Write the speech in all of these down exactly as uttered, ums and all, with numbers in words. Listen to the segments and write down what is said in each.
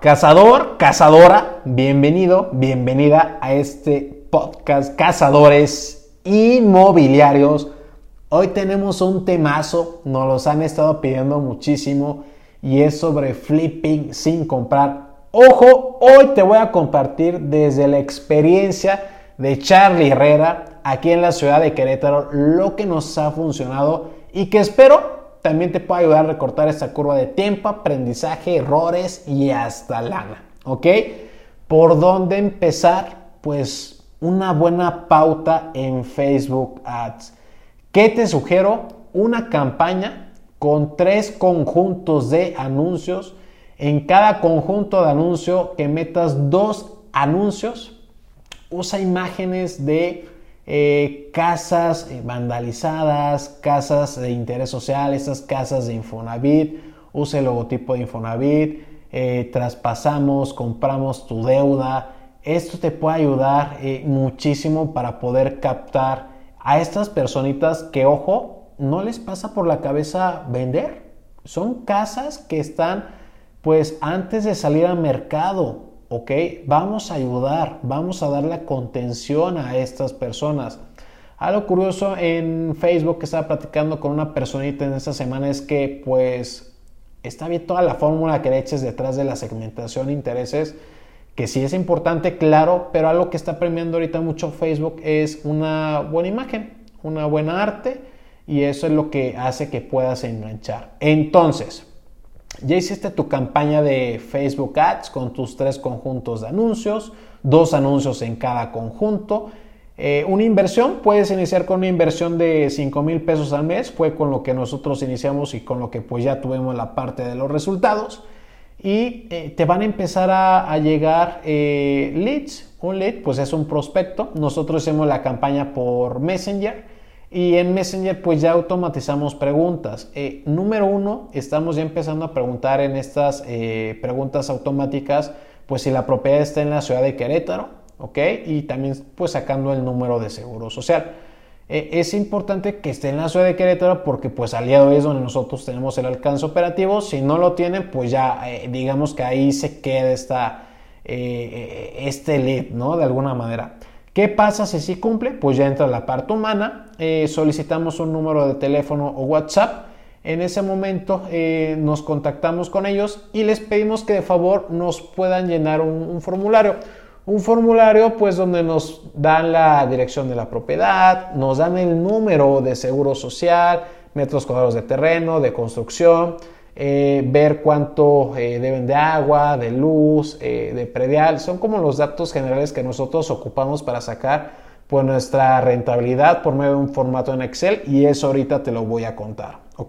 Cazador, cazadora, bienvenido, bienvenida a este podcast Cazadores Inmobiliarios. Hoy tenemos un temazo, nos los han estado pidiendo muchísimo y es sobre flipping sin comprar. Ojo, hoy te voy a compartir desde la experiencia de Charlie Herrera aquí en la ciudad de Querétaro lo que nos ha funcionado y que espero también te puede ayudar a recortar esta curva de tiempo, aprendizaje, errores y hasta lana, ¿ok? ¿Por dónde empezar? Pues una buena pauta en Facebook Ads. ¿Qué te sugiero? Una campaña con tres conjuntos de anuncios. En cada conjunto de anuncio que metas dos anuncios, usa imágenes de Eh, casas eh, vandalizadas, casas de interés social, esas casas de Infonavit, usa el logotipo de Infonavit, eh, traspasamos, compramos tu deuda. Esto te puede ayudar eh, muchísimo para poder captar a estas personitas que, ojo, no les pasa por la cabeza vender. Son casas que están pues antes de salir al mercado. Ok, vamos a ayudar, vamos a dar la contención a estas personas. Algo curioso en Facebook que estaba platicando con una personita en esta semana es que pues está bien toda la fórmula que le eches detrás de la segmentación de intereses, que sí es importante, claro, pero algo que está premiando ahorita mucho Facebook es una buena imagen, una buena arte, y eso es lo que hace que puedas enganchar. Entonces, ya hiciste tu campaña de Facebook Ads con tus tres conjuntos de anuncios, dos anuncios en cada conjunto. Eh, una inversión, puedes iniciar con una inversión de cinco mil pesos al mes, fue con lo que nosotros iniciamos y con lo que pues ya tuvimos la parte de los resultados. Y eh, te van a empezar a, a llegar eh, leads. Un lead pues es un prospecto. Nosotros hacemos la campaña por Messenger. Y en Messenger pues ya automatizamos preguntas. Eh, número uno, estamos ya empezando a preguntar en estas eh, preguntas automáticas pues si la propiedad está en la ciudad de Querétaro, ¿ok? Y también pues sacando el número de seguro social. Eh, es importante que esté en la ciudad de Querétaro porque pues al día de hoy es donde nosotros tenemos el alcance operativo. Si no lo tienen pues ya eh, digamos que ahí se queda esta, eh, este lead, ¿no? De alguna manera. ¿Qué pasa si sí cumple? Pues ya entra la parte humana, eh, solicitamos un número de teléfono o WhatsApp. En ese momento eh, nos contactamos con ellos y les pedimos que de favor nos puedan llenar un, un formulario. Un formulario pues donde nos dan la dirección de la propiedad, nos dan el número de seguro social, metros cuadrados de terreno, de construcción, Eh, ver cuánto eh, deben de agua, de luz, eh, de predial. Son como los datos generales que nosotros ocupamos para sacar pues nuestra rentabilidad por medio de un formato en Excel, y eso ahorita te lo voy a contar, ¿ok?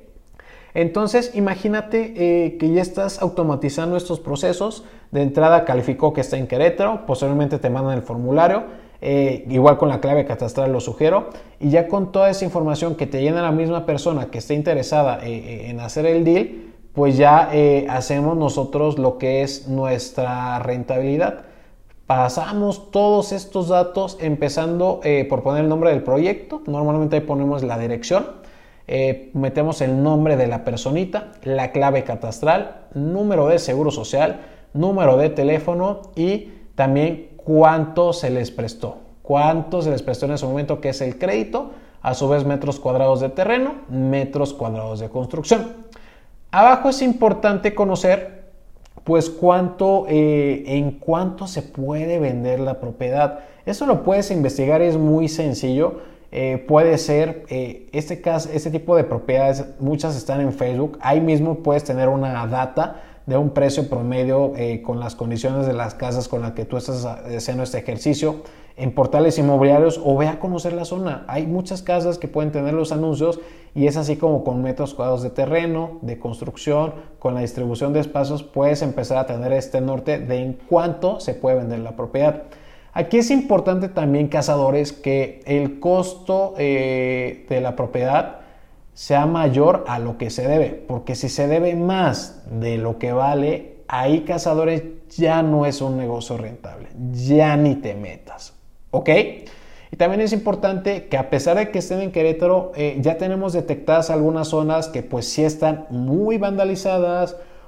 Entonces imagínate eh, que ya estás automatizando estos procesos. De entrada calificó que está en Querétaro, posteriormente te mandan el formulario. Eh, igual con la clave catastral lo sugiero, y ya con toda esa información que te llena la misma persona que esté interesada eh, en hacer el deal, pues ya eh, hacemos nosotros lo que es nuestra rentabilidad. Pasamos todos estos datos empezando eh, por poner el nombre del proyecto. Normalmente ahí ponemos la dirección, eh, metemos el nombre de la personita, la clave catastral, número de seguro social, número de teléfono y también cuánto se les prestó, cuánto se les prestó en ese momento, que es el crédito, a su vez metros cuadrados de terreno, metros cuadrados de construcción. Abajo es importante conocer pues cuánto, eh, en cuánto se puede vender la propiedad. Eso lo puedes investigar, es muy sencillo. Eh, puede ser, eh, este, caso, este tipo de propiedades, muchas están en Facebook, ahí mismo puedes tener una data de un precio promedio eh, con las condiciones de las casas con las que tú estás haciendo este ejercicio en portales inmobiliarios, o ve a conocer la zona. Hay muchas casas que pueden tener los anuncios y es así como con metros cuadrados de terreno, de construcción, con la distribución de espacios puedes empezar a tener este norte de en cuánto se puede vender la propiedad. Aquí es importante también, cazadores, que el costo eh, de la propiedad sea mayor a lo que se debe, porque si se debe más de lo que vale, ahí, cazadores, ya no es un negocio rentable, ya ni te metas, ¿ok? Y también es importante que, a pesar de que estén en Querétaro, eh, ya tenemos detectadas algunas zonas que pues sí están muy vandalizadas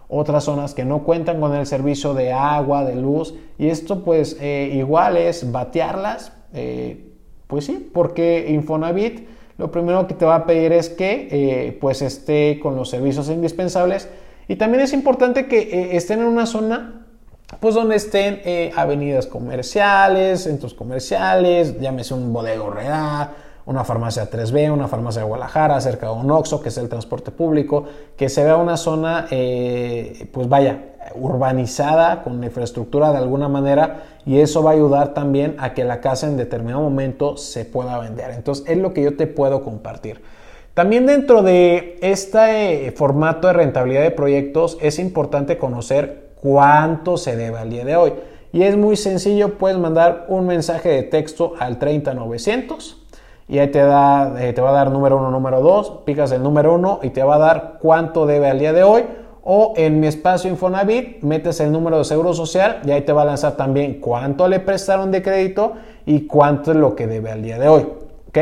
otras zonas que no cuentan con el servicio de agua, de luz, y esto pues eh, igual es batearlas, eh, pues sí, porque Infonavit lo primero que te va a pedir es que eh, pues esté con los servicios indispensables, y también es importante que eh, estén en una zona pues donde estén eh, avenidas comerciales, centros comerciales, llámese un Bodega Aurrerá, una farmacia tres B, una farmacia de Guadalajara, cerca de un Oxxo, que es el transporte público, que se vea una zona, eh, pues vaya, urbanizada, con infraestructura de alguna manera, y eso va a ayudar también a que la casa en determinado momento se pueda vender. Entonces, es lo que yo te puedo compartir. También dentro de este eh, formato de rentabilidad de proyectos, es importante conocer cuánto se debe al día de hoy. Y es muy sencillo, puedes mandar un mensaje de texto al treinta novecientos, y ahí te, da, eh, te va a dar número uno, número dos, picas el número uno y te va a dar cuánto debe al día de hoy, o en mi espacio Infonavit metes el número de seguro social y ahí te va a lanzar también cuánto le prestaron de crédito y cuánto es lo que debe al día de hoy, ¿ok?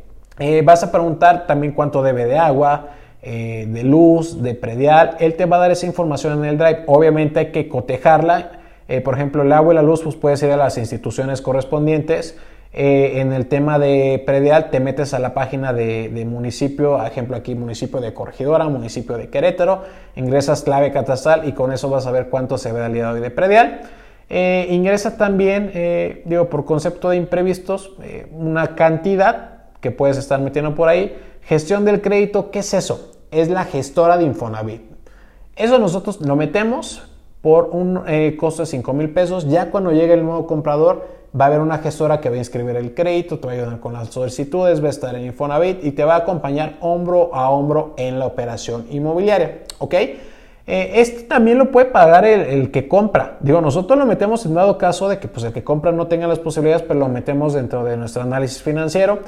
Eh, vas a preguntar también cuánto debe de agua, eh, de luz, de predial. Él te va a dar esa información en el Drive. Obviamente hay que cotejarla. Eh, por ejemplo, el agua y la luz, pues puedes ir a las instituciones correspondientes. Eh, en el tema de predial te metes a la página de, de municipio, ejemplo aquí municipio de Corregidora, municipio de Querétaro, ingresas clave catastral y con eso vas a ver cuánto se ve al día de hoy de predial. Eh, ingresa también, eh, digo, por concepto de imprevistos, eh, una cantidad que puedes estar metiendo por ahí. Gestión del crédito, ¿qué es eso? Es la gestora de Infonavit. Eso nosotros lo metemos por un eh, costo de cinco mil pesos. Ya cuando llegue el nuevo comprador, va a haber una gestora que va a inscribir el crédito, te va a ayudar con las solicitudes, va a estar en Infonavit y te va a acompañar hombro a hombro en la operación inmobiliaria, ¿ok? Eh, este también lo puede pagar el, el que compra. Digo, nosotros lo metemos en dado caso de que pues, el que compra no tenga las posibilidades, pero lo metemos dentro de nuestro análisis financiero.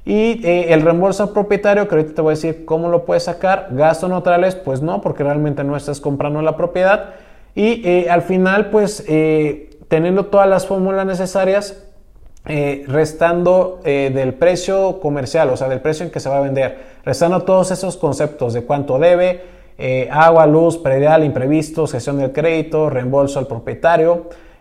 Y eh, el reembolso al propietario, que ahorita te voy a decir cómo lo puedes sacar. Gastos neutrales, pues no, porque realmente no estás comprando la propiedad. Y eh, al final, pues... Eh, teniendo todas las fórmulas necesarias, eh, restando eh, del precio comercial, o sea, del precio en que se va a vender, restando todos esos conceptos de cuánto debe, eh, agua, luz, predial, imprevistos, gestión del crédito, reembolso al propietario,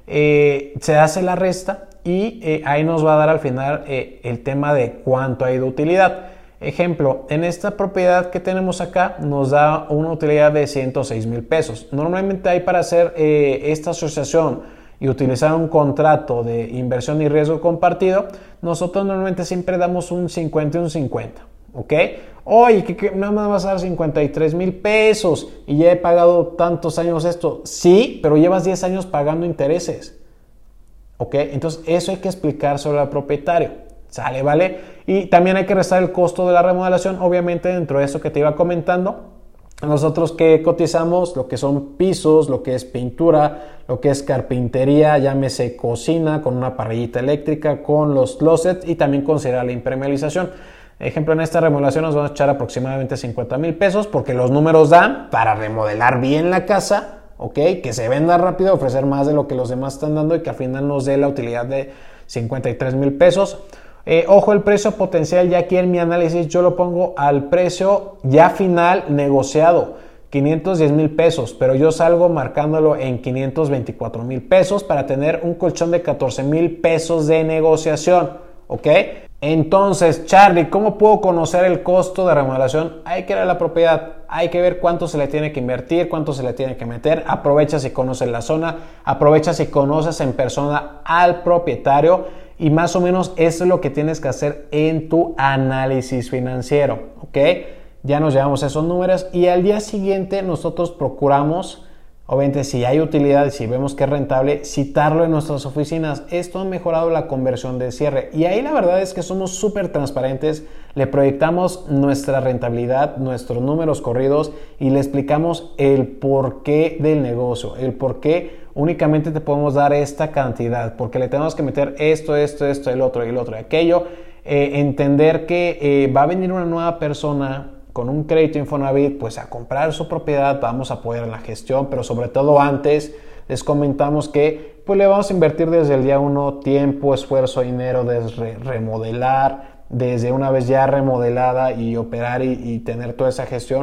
eh, se hace la resta y eh, ahí nos va a dar al final eh, el tema de cuánto hay de utilidad. Ejemplo, en esta propiedad que tenemos acá nos da una utilidad de ciento seis mil pesos. Normalmente hay para hacer eh, esta asociación y utilizar un contrato de inversión y riesgo compartido, nosotros normalmente siempre damos un cincuenta y un cincuenta, ¿ok? Oye, que, que nada más vas a dar cincuenta y tres mil pesos y ya he pagado tantos años esto. Sí, pero llevas diez años pagando intereses, ¿ok? Entonces eso hay que explicar sobre el propietario, ¿sale? ¿Vale? Y también hay que restar el costo de la remodelación, obviamente dentro de eso que te iba comentando. Nosotros que cotizamos lo que son pisos, lo que es pintura, lo que es carpintería, llámese cocina con una parrillita eléctrica, con los closets y también considerar la impermeabilización. Ejemplo, en esta remodelación nos vamos a echar aproximadamente cincuenta mil pesos porque los números dan para remodelar bien la casa, ¿ok? Que se venda rápido, ofrecer más de lo que los demás están dando y que al final nos dé la utilidad de cincuenta y tres mil pesos. Eh, ojo, el precio potencial, ya aquí en mi análisis yo lo pongo al precio ya final negociado, quinientos diez mil pesos, pero yo salgo marcándolo en quinientos veinticuatro mil pesos para tener un colchón de catorce mil pesos de negociación, ¿ok? Entonces, Charlie, ¿cómo puedo conocer el costo de remodelación? Hay que ir a la propiedad, hay que ver cuánto se le tiene que invertir, cuánto se le tiene que meter. Aprovecha si conoces la zona, aprovecha si conoces en persona al propietario. Y más o menos eso es lo que tienes que hacer en tu análisis financiero, ¿ok? Ya nos llevamos esos números y al día siguiente nosotros procuramos, obviamente si hay utilidad y si vemos que es rentable, citarlo en nuestras oficinas. Esto ha mejorado la conversión de cierre y ahí la verdad es que somos súper transparentes, le proyectamos nuestra rentabilidad, nuestros números corridos y le explicamos el porqué del negocio, el porqué únicamente te podemos dar esta cantidad, porque le tenemos que meter esto, esto, esto, el otro y el otro y aquello. Eh, entender que eh, va a venir una nueva persona con un crédito Infonavit, pues a comprar su propiedad, vamos a apoyar en la gestión, pero sobre todo antes les comentamos que pues le vamos a invertir desde el día uno tiempo, esfuerzo, dinero, desde remodelar, desde una vez ya remodelada y operar y, y tener toda esa gestión,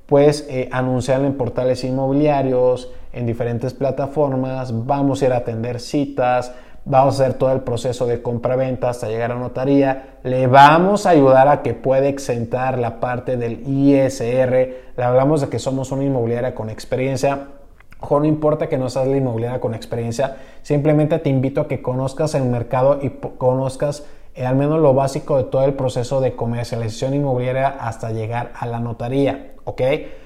pues eh, anunciarlo en portales inmobiliarios, en diferentes plataformas, vamos a ir a atender citas, vamos a hacer todo el proceso de compra-venta hasta llegar a notaría, le vamos a ayudar a que pueda exentar la parte del I S R, le hablamos de que somos una inmobiliaria con experiencia. Ojo, no importa que no seas la inmobiliaria con experiencia, simplemente te invito a que conozcas el mercado y conozcas eh, al menos lo básico de todo el proceso de comercialización inmobiliaria hasta llegar a la notaría, ¿ok?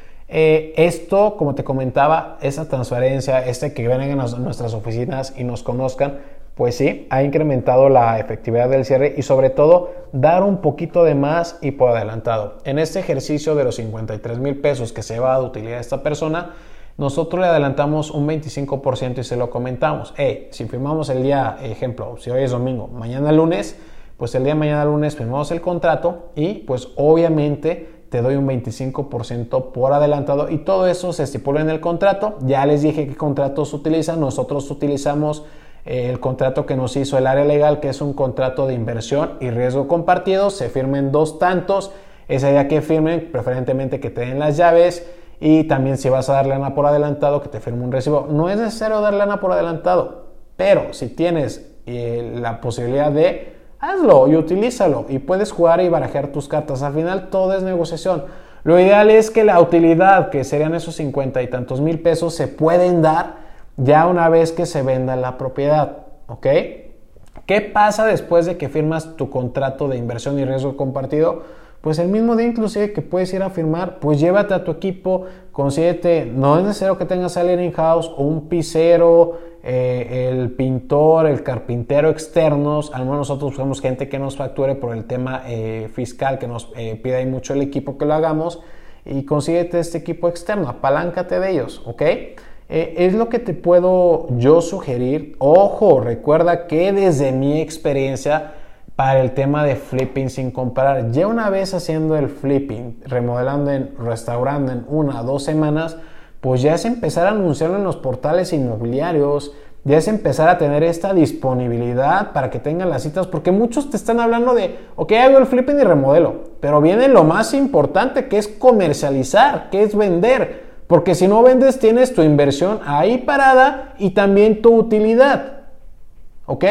Eh, esto, como te comentaba, esa transferencia, este que vengan a nuestras oficinas y nos conozcan, pues sí, ha incrementado la efectividad del cierre y sobre todo dar un poquito de más y por adelantado. En este ejercicio de los cincuenta y tres mil pesos que se va a utilizar esta persona, nosotros le adelantamos un veinticinco por ciento y se lo comentamos. Hey, si firmamos el día, ejemplo, si hoy es domingo, mañana lunes, pues el día de mañana lunes firmamos el contrato y pues obviamente te doy un veinticinco por ciento por adelantado y todo eso se estipula en el contrato. Ya les dije qué contratos utilizan. Nosotros utilizamos eh, el contrato que nos hizo el área legal, que es un contrato de inversión y riesgo compartido. Se firmen dos tantos. Ese día que firmen, preferentemente que te den las llaves. Y también si vas a dar lana por adelantado, que te firme un recibo. No es necesario dar lana por adelantado, pero si tienes eh, la posibilidad de, hazlo y utilízalo y puedes jugar y barajear tus cartas. Al final todo es negociación. Lo ideal es que la utilidad, que serían esos cincuenta y tantos mil pesos, se pueden dar ya una vez que se venda la propiedad, ¿ok? ¿Qué pasa después de que firmas tu contrato de inversión y riesgo compartido? Pues el mismo día inclusive que puedes ir a firmar, pues llévate a tu equipo, consíguete, no es necesario que tengas a alguien in-house o un pisero, eh, el pintor, el carpintero externos. Al menos nosotros usamos gente que nos facture por el tema eh, fiscal, que nos eh, pide ahí mucho el equipo que lo hagamos, y consíguete este equipo externo, apaláncate de ellos, ¿ok? Eh, es lo que te puedo yo sugerir. Ojo, recuerda que desde mi experiencia, para el tema de flipping sin comprar, ya una vez haciendo el flipping, remodelando, en, restaurando en una o dos semanas, pues ya es empezar a anunciarlo en los portales inmobiliarios, ya es empezar a tener esta disponibilidad para que tengan las citas, porque muchos te están hablando de, ok, hago el flipping y remodelo, pero viene lo más importante, que es comercializar, que es vender, porque si no vendes tienes tu inversión ahí parada y también tu utilidad, ¿ok?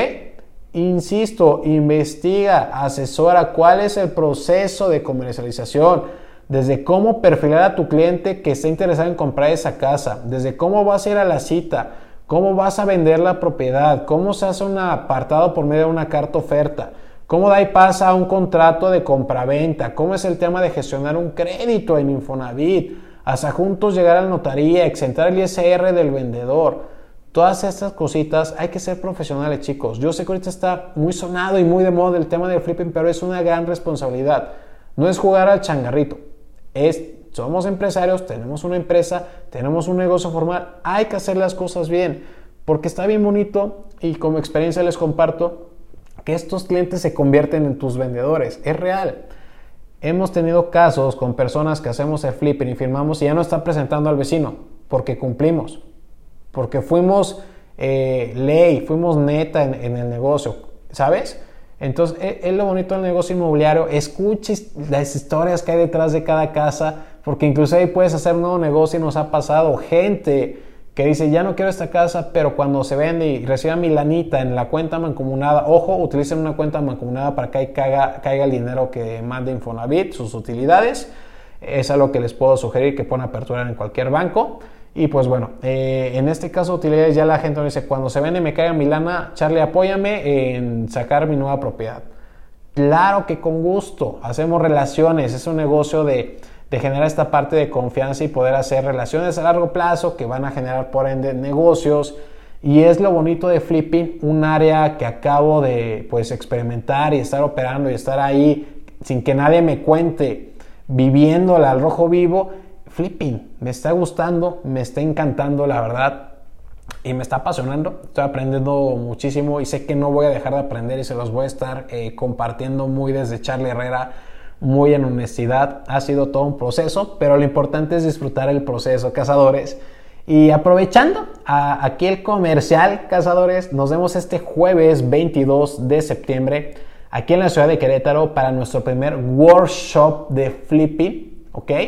Insisto, investiga, asesora cuál es el proceso de comercialización, desde cómo perfilar a tu cliente que está interesado en comprar esa casa, desde cómo vas a ir a la cita, cómo vas a vender la propiedad, cómo se hace un apartado por medio de una carta oferta, cómo da y pasa a un contrato de compraventa, cómo es el tema de gestionar un crédito en Infonavit, hasta juntos llegar a la notaría, exentar el I S R del vendedor. Todas estas cositas hay que ser profesionales, chicos. Yo sé que ahorita está muy sonado y muy de moda el tema del flipping, pero es una gran responsabilidad. No es jugar al changarrito. Es, somos empresarios, tenemos una empresa, tenemos un negocio formal. Hay que hacer las cosas bien, porque está bien bonito y como experiencia les comparto que estos clientes se convierten en tus vendedores. Es real. Hemos tenido casos con personas que hacemos el flipping y firmamos y ya no están presentando al vecino porque cumplimos. Porque fuimos eh, ley, fuimos neta en, en el negocio, ¿sabes? Entonces, es, es lo bonito del negocio inmobiliario. Escuches las historias que hay detrás de cada casa, porque incluso ahí puedes hacer un nuevo negocio y nos ha pasado gente que dice, ya no quiero esta casa, pero cuando se vende y reciba mi lanita en la cuenta mancomunada, ojo, utilicen una cuenta mancomunada para que ahí caiga, caiga el dinero que mande Infonavit, sus utilidades. Es algo que les puedo sugerir que puedan aperturar en cualquier banco. Y pues bueno, eh, en este caso utilidades, ya la gente me dice, cuando se vende me caiga mi lana, Charlie, apóyame en sacar mi nueva propiedad. Claro que con gusto, hacemos relaciones, es un negocio de, de generar esta parte de confianza y poder hacer relaciones a largo plazo que van a generar por ende negocios. Y es lo bonito de flipping, un área que acabo de pues experimentar y estar operando y estar ahí sin que nadie me cuente, viviéndola al rojo vivo. Flipping, me está gustando, me está encantando la verdad y me está apasionando, estoy aprendiendo muchísimo y sé que no voy a dejar de aprender y se los voy a estar eh, compartiendo muy desde Charlie Herrera, muy en honestidad. Ha sido todo un proceso, pero lo importante es disfrutar el proceso, cazadores. Y aprovechando a, aquí el comercial, cazadores, nos vemos este jueves veintidós de septiembre aquí en la ciudad de Querétaro para nuestro primer workshop de flipping, ¿ok?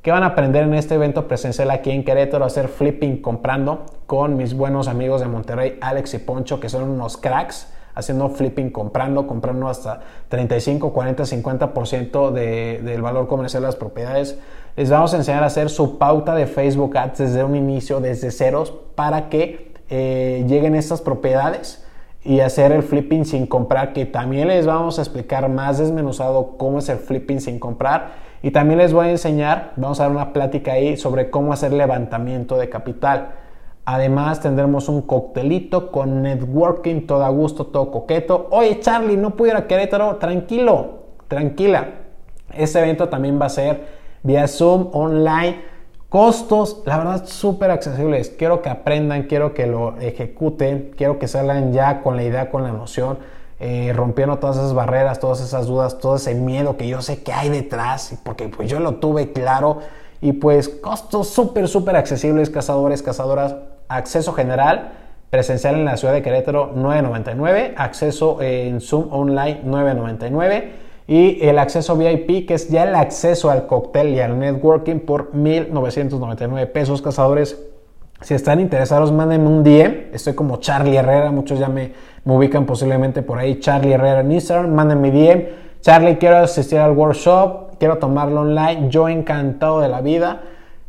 ¿Qué van a aprender en este evento presencial aquí en Querétaro? A hacer flipping comprando con mis buenos amigos de Monterrey, Alex y Poncho, que son unos cracks haciendo flipping comprando, comprando hasta treinta y cinco, cuarenta, cincuenta por ciento de, del valor comercial de las propiedades. Les vamos a enseñar a hacer su pauta de Facebook Ads desde un inicio, desde ceros, para que eh, lleguen estas propiedades y hacer el flipping sin comprar, que también les vamos a explicar más desmenuzado cómo es el flipping sin comprar. Y también les voy a enseñar, vamos a dar una plática ahí sobre cómo hacer levantamiento de capital. Además tendremos un coctelito con networking, todo a gusto, todo coqueto. Oye Charlie, no pude ir a Querétaro, tranquilo, tranquila. Este evento también va a ser vía Zoom, online. Costos, la verdad, súper accesibles. Quiero que aprendan, quiero que lo ejecuten, quiero que salgan ya con la idea, con la noción, eh, rompiendo todas esas barreras, todas esas dudas, todo ese miedo que yo sé que hay detrás, porque pues yo lo tuve claro. Y pues costos súper, súper accesibles, cazadores, cazadoras. Acceso general, presencial en la ciudad de Querétaro, nueve noventa y nueve. Acceso en Zoom online, nueve noventa y nueve. Y el acceso V I P, que es ya el acceso al cóctel y al networking, por mil novecientos noventa y nueve pesos, cazadores. Si están interesados, mándenme un D M. Estoy como Charlie Herrera, muchos ya me, me ubican posiblemente por ahí. Charlie Herrera en Instagram, mándenme D M. Charlie, quiero asistir al workshop, quiero tomarlo online. Yo encantado de la vida.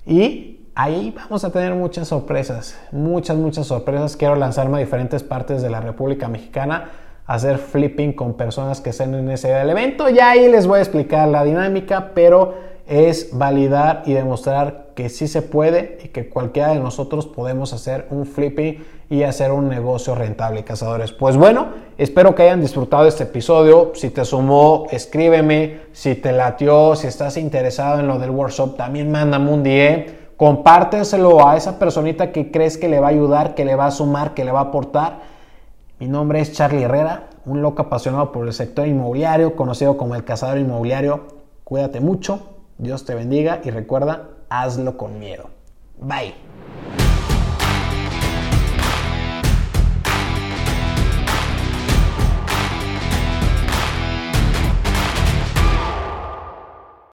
Y ahí vamos a tener muchas sorpresas, muchas, muchas sorpresas. Quiero lanzarme a diferentes partes de la República Mexicana, hacer flipping con personas que estén en ese del evento. Ya ahí les voy a explicar la dinámica, pero es validar y demostrar que sí se puede y que cualquiera de nosotros podemos hacer un flipping y hacer un negocio rentable, cazadores. Pues bueno, espero que hayan disfrutado este episodio. Si te sumó, escríbeme. Si te latió, si estás interesado en lo del workshop, también mándame un D M. Compárteselo a esa personita que crees que le va a ayudar, que le va a sumar, que le va a aportar. Mi nombre es Charlie Herrera, un loco apasionado por el sector inmobiliario, conocido como el cazador inmobiliario. Cuídate mucho, Dios te bendiga y recuerda, hazlo con miedo. Bye.